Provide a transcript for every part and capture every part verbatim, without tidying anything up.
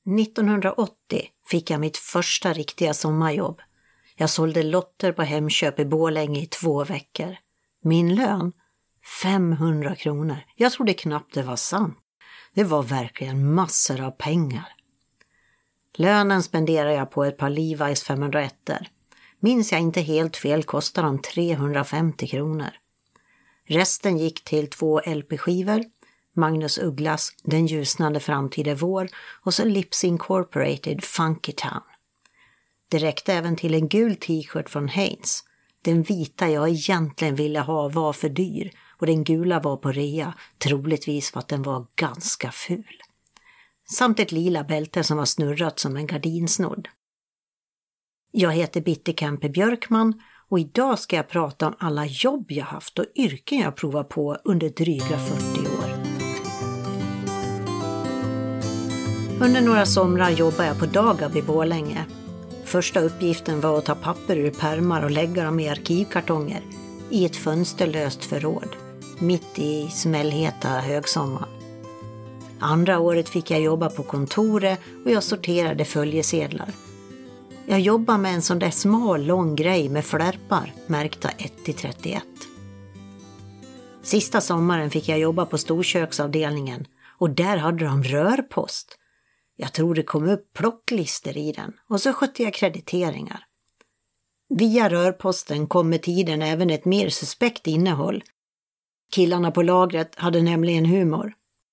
nittonhundraåttio fick jag mitt första riktiga sommarjobb. Jag sålde lotter på Hemköp i Borlänge i två veckor. Min lön? femhundra kronor. Jag trodde knappt det var sant. Det var verkligen massor av pengar. Lönen spenderade jag på ett par Levi's femhundraett. Minns jag inte helt fel kostade de trehundrafemtio kronor. Resten gick till två L P-skivor, Magnus Ugglas Den ljusnande framtida vår och så Lips Incorporated Funky Town. Det räckte även till en gul t-shirt från Hanes. Den vita jag egentligen ville ha var för dyr och den gula var på rea, troligtvis för att den var ganska ful. Samt ett lila bälte som var snurrat som en gardinsnodd. Jag heter Bitte Kempe Björkman och idag ska jag prata om alla jobb jag haft och yrken jag provat på under dryga fyrtio år. Under några somrar jobbade jag på Dagab i Borlänge. Första uppgiften var att ta papper ur pärmar och lägga dem i arkivkartonger i ett fönsterlöst förråd, mitt i smällheta högsommar. Andra året fick jag jobba på kontoret och jag sorterade följesedlar. Jag jobbade med en sån där smal lång grej med flärpar märkta ett till trettioett. Sista sommaren fick jag jobba på storköksavdelningen och där hade de rörpost. Jag tror det kom upp plocklister i den och så skötte jag krediteringar. Via rörposten kom med tiden även ett mer suspekt innehåll. Killarna på lagret hade nämligen humor.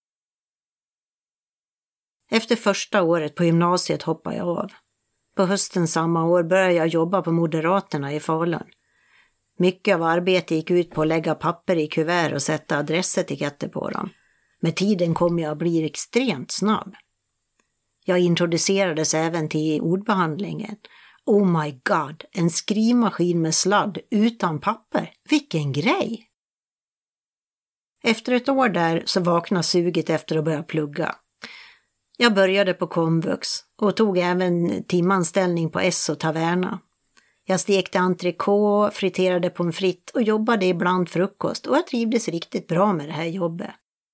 Efter första året på gymnasiet hoppade jag av. På hösten samma år började jag jobba på Moderaterna i Falun. Mycket av arbetet gick ut på att lägga papper i kuvert och sätta adressetiketter på dem. Med tiden kom jag att bli extremt snabb. Jag introducerades även till ordbehandlingen. Oh my god, en skrivmaskin med sladd utan papper. Vilken grej! Efter ett år där så vaknade suget efter att börja plugga. Jag började på komvux och tog även timanställning på S och Taverna. Jag stekte entrecote, friterade pommes frites och jobbade ibland frukost och jag trivdes riktigt bra med det här jobbet.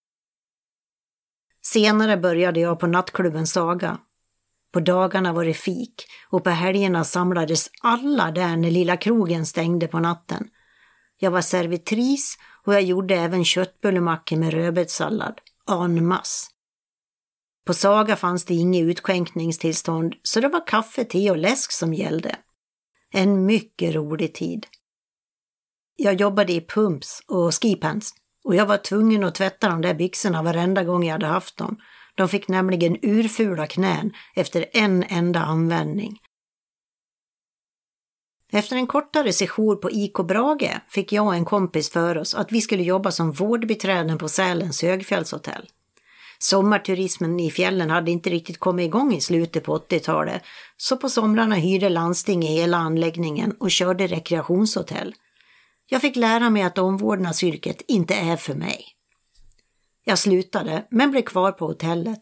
Senare började jag på nattklubben Saga. På dagarna var det fik och på helgerna samlades alla där när lilla krogen stängde på natten. Jag var servitris och jag gjorde även köttbullemackor med rödbetssallad, en masse. På Saga fanns det inget utskänkningstillstånd så det var kaffe, te och läsk som gällde. En mycket rolig tid. Jag jobbade i pumps och skipants och jag var tvungen att tvätta de där byxorna varenda gång jag hade haft dem. De fick nämligen urfula knän efter en enda användning. Efter en kortare sejour på I K Brage fick jag och en kompis för oss att vi skulle jobba som vårdbiträden på Sälens högfjällshotell. Sommarturismen i fjällen hade inte riktigt kommit igång i slutet på åttiotalet, så på somrarna hyrde landsting i hela anläggningen och körde rekreationshotell. Jag fick lära mig att omvårdnadsyrket inte är för mig. Jag slutade men blev kvar på hotellet.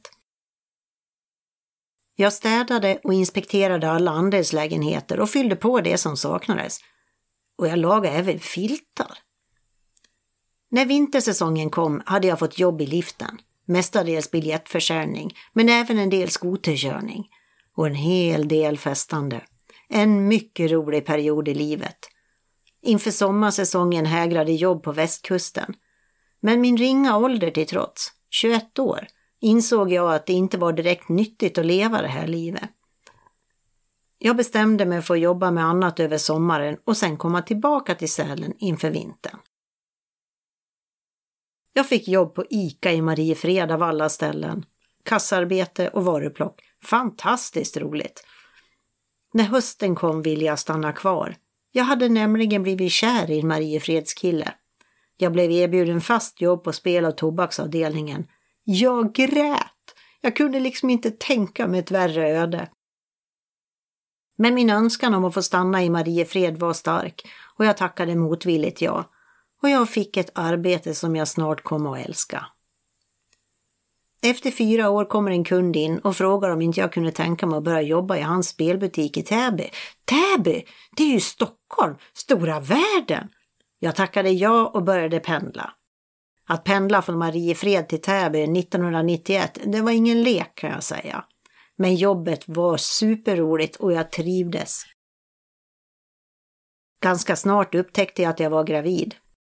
Jag städade och inspekterade alla andelslägenheter och fyllde på det som saknades. Och jag lagade även filtar. När vintersäsongen kom hade jag fått jobb i liften. Mestadels biljettförsäljning, men även en del skoterkörning. Och en hel del festande. En mycket rolig period i livet. Inför sommarsäsongen hägrade jobb på västkusten. Men min ringa ålder till trots, tjugoett år, insåg jag att det inte var direkt nyttigt att leva det här livet. Jag bestämde mig för att jobba med annat över sommaren och sen komma tillbaka till Sälen inför vintern. Jag fick jobb på ICA i Mariefred av alla ställen. Kassarbete och varuplock. Fantastiskt roligt. När hösten kom ville jag stanna kvar. Jag hade nämligen blivit kär i en Mariefreds kille. Jag blev erbjuden fast jobb på spel- och tobaksavdelningen. Jag grät. Jag kunde liksom inte tänka mig ett värre öde. Men min önskan om att få stanna i Mariefred var stark och jag tackade motvilligt ja. Och jag fick ett arbete som jag snart kom att älska. Efter fyra år kommer en kund in och frågar om inte jag kunde tänka mig att börja jobba i hans spelbutik i Täby. Täby, det är ju Stockholm, stora världen. Jag tackade ja och började pendla. Att pendla från Mariefred till Täby nittonhundranittioett, det var ingen lek kan jag säga. Men jobbet var superroligt och jag trivdes. Ganska snart upptäckte jag att jag var gravid.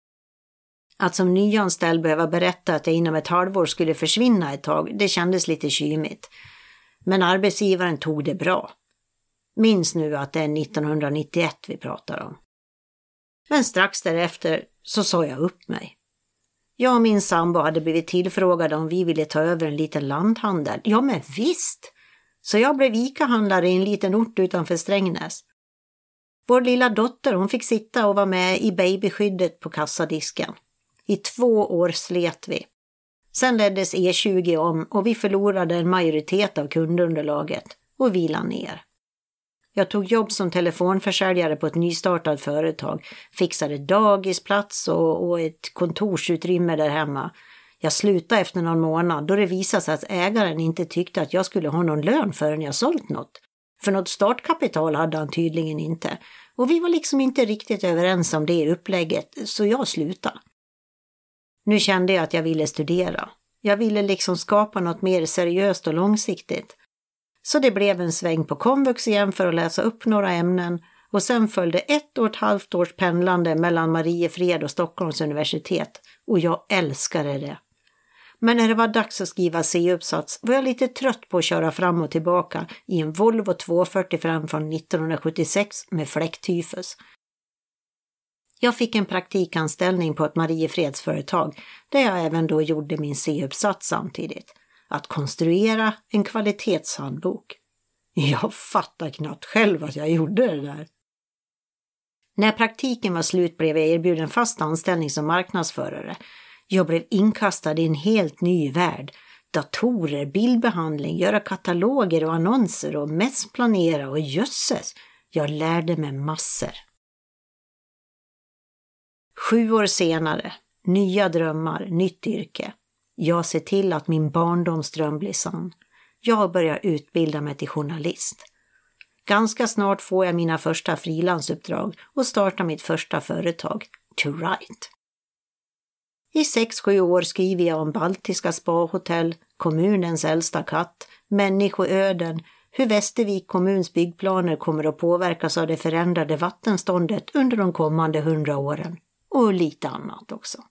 Att som nyanställd behöva berätta att jag inom ett halvår skulle försvinna ett tag, det kändes lite kymigt. Men arbetsgivaren tog det bra. Minns nu att det är nittonhundranittioett vi pratar om. Men strax därefter så sa jag upp mig. Jag och min sambo hade blivit tillfrågade om vi ville ta över en liten landhandel. Ja, men visst! Så jag blev ICA-handlare i en liten ort utanför Strängnäs. Vår lilla dotter, hon fick sitta och vara med i babyskyddet på kassadisken. I två år slet vi. Sen leddes E tjugo om och vi förlorade en majoritet av kundunderlaget och vi la ner. Jag tog jobb som telefonförsäljare på ett nystartat företag, fixade dagisplats och, och ett kontorsutrymme där hemma. Jag slutade efter någon månad då det visade sig att ägaren inte tyckte att jag skulle ha någon lön förrän jag sålt något. För något startkapital hade han tydligen inte. Och vi var liksom inte riktigt överens om det upplägget, så jag slutade. Nu kände jag att jag ville studera. Jag ville liksom skapa något mer seriöst och långsiktigt. Så det blev en sväng på komvux igen för att läsa upp några ämnen och sen följde ett och ett halvt års pendlande mellan Mariefred och Stockholms universitet och jag älskade det. Men när det var dags att skriva C-uppsats var jag lite trött på att köra fram och tillbaka i en Volvo tvåhundrafyrtiofem från nittonhundrasjuttiosex med fläcktyfus. Jag fick en praktikanställning på ett Mariefredsföretag där jag även då gjorde min C-uppsats samtidigt. Att konstruera en kvalitetshandbok. Jag fattar knappt själv att jag gjorde det där. När praktiken var slut blev jag erbjuden fast anställning som marknadsförare. Jag blev inkastad i en helt ny värld. Datorer, bildbehandling, göra kataloger och annonser och mässplanera och jösses. Jag lärde mig massor. Sju år senare, nya drömmar, nytt yrke. Jag ser till att min barndomsdröm blir sann. Jag börjar utbilda mig till journalist. Ganska snart får jag mina första frilansuppdrag och startar mitt första företag, To Write. I sex sju år skriver jag om baltiska spahotell, kommunens äldsta katt, människoöden, hur Västervik kommuns byggplaner kommer att påverkas av det förändrade vattenståndet under de kommande hundra åren. Och lite annat också.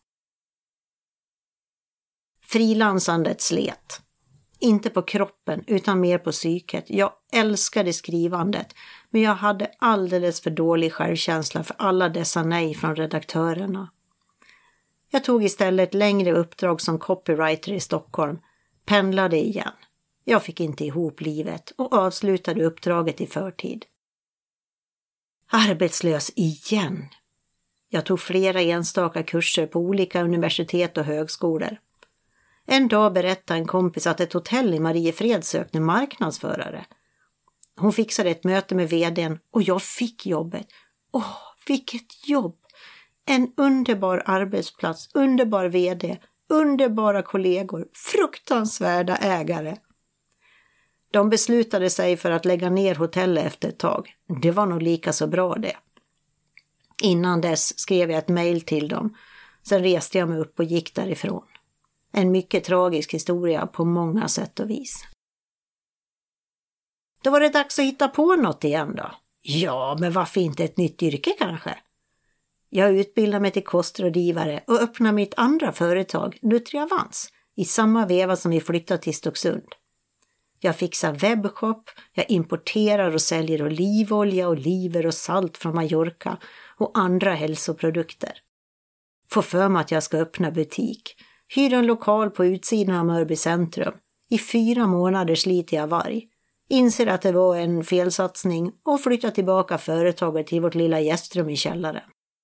Frilansandet slet. Inte på kroppen utan mer på psyket. Jag älskade skrivandet, men jag hade alldeles för dålig självkänsla för alla dessa nej från redaktörerna. Jag tog istället längre uppdrag som copywriter i Stockholm, pendlade igen. Jag fick inte ihop livet och avslutade uppdraget i förtid. Arbetslös igen. Jag tog flera enstaka kurser på olika universitet och högskolor. En dag berättade en kompis att ett hotell i Mariefred sökte marknadsförare. Hon fixade ett möte med vdn och jag fick jobbet. Åh, vilket jobb! En underbar arbetsplats, underbar vd, underbara kollegor, fruktansvärda ägare. De beslutade sig för att lägga ner hotellet efter ett tag. Det var nog lika så bra det. Innan dess skrev jag ett mejl till dem. Sen reste jag mig upp och gick därifrån. En mycket tragisk historia på många sätt och vis. Då var det dags att hitta på något igen då. Ja, men varför inte ett nytt yrke kanske? Jag utbildade mig till kostrådgivare och öppnade mitt andra företag, Nutriavans, i samma veva som vi flyttade till Stocksund. Jag fixar webbshop, jag importerar och säljer olivolja, oliver och salt från Mallorca och andra hälsoprodukter. Får för mig att jag ska öppna butik. Hyr en lokal på utsidan av Mörby centrum. I fyra månader sliter jag varg. Inser att det var en felsatsning och flyttar tillbaka företaget till vårt lilla gästrum i källaren.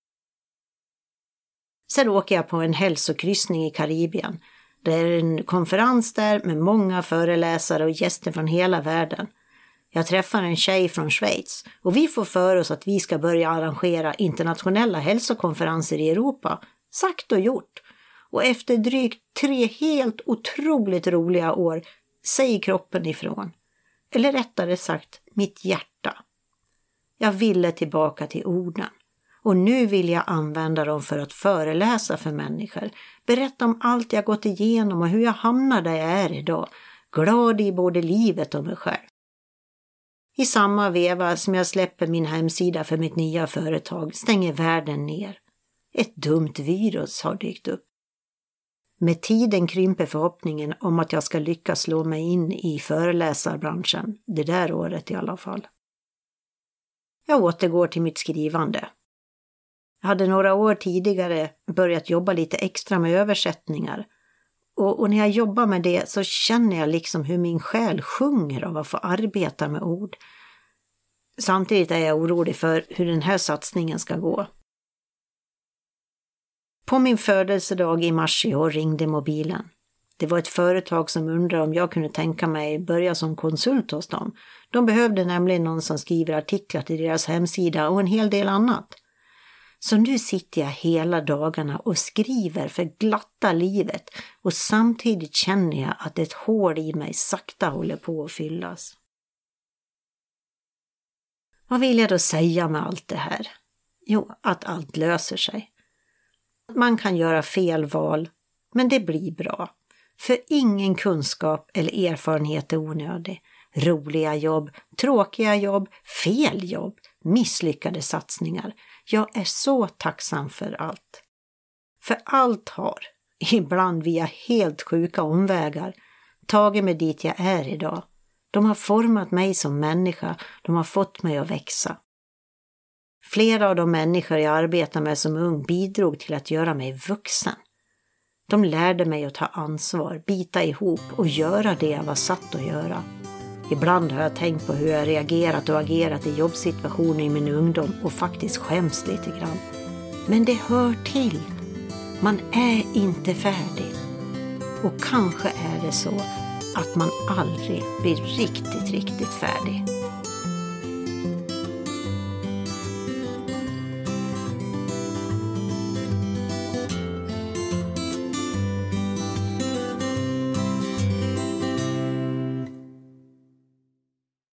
Sen åker jag på en hälsokryssning i Karibien. Det är en konferens där med många föreläsare och gäster från hela världen. Jag träffar en tjej från Schweiz och vi får för oss att vi ska börja arrangera internationella hälsokonferenser i Europa. Sagt och gjort. Och efter drygt tre helt otroligt roliga år säger kroppen ifrån. Eller rättare sagt, mitt hjärta. Jag ville tillbaka till orden. Och nu vill jag använda dem för att föreläsa för människor. Berätta om allt jag gått igenom och hur jag hamnade där jag är idag. glad i både livet och mig själv. I samma veva som jag släpper min hemsida för mitt nya företag stänger världen ner. Ett dumt virus har dykt upp. Med tiden krymper förhoppningen om att jag ska lyckas slå mig in i föreläsarbranschen, det där året i alla fall. Jag återgår till mitt skrivande. Jag hade några år tidigare börjat jobba lite extra med översättningar. Och, och när jag jobbar med det så känner jag liksom hur min själ sjunger av att få arbeta med ord. Samtidigt är jag orolig för hur den här satsningen ska gå. På min födelsedag i mars i år ringde mobilen. Det var ett företag som undrade om jag kunde tänka mig börja som konsult hos dem. De behövde nämligen någon som skriver artiklar till deras hemsida och en hel del annat. Så nu sitter jag hela dagarna och skriver för glatta livet och samtidigt känner jag att ett hål i mig sakta håller på att fyllas. Vad vill jag då säga med allt det här? Jo, att allt löser sig. Man kan göra fel val, men det blir bra. För ingen kunskap eller erfarenhet är onödig. Roliga jobb, tråkiga jobb, fel jobb, misslyckade satsningar. Jag är så tacksam för allt. För allt har, ibland via helt sjuka omvägar, tagit mig dit jag är idag. De har format mig som människa, de har fått mig att växa. Flera av de människor jag arbetar med som ung bidrog till att göra mig vuxen. De lärde mig att ta ansvar, bita ihop och göra det jag var satt att göra. Ibland har jag tänkt på hur jag reagerat och agerat i jobbsituationer i min ungdom och faktiskt skäms lite grann. Men det hör till. Man är inte färdig. Och kanske är det så att man aldrig blir riktigt, riktigt färdig.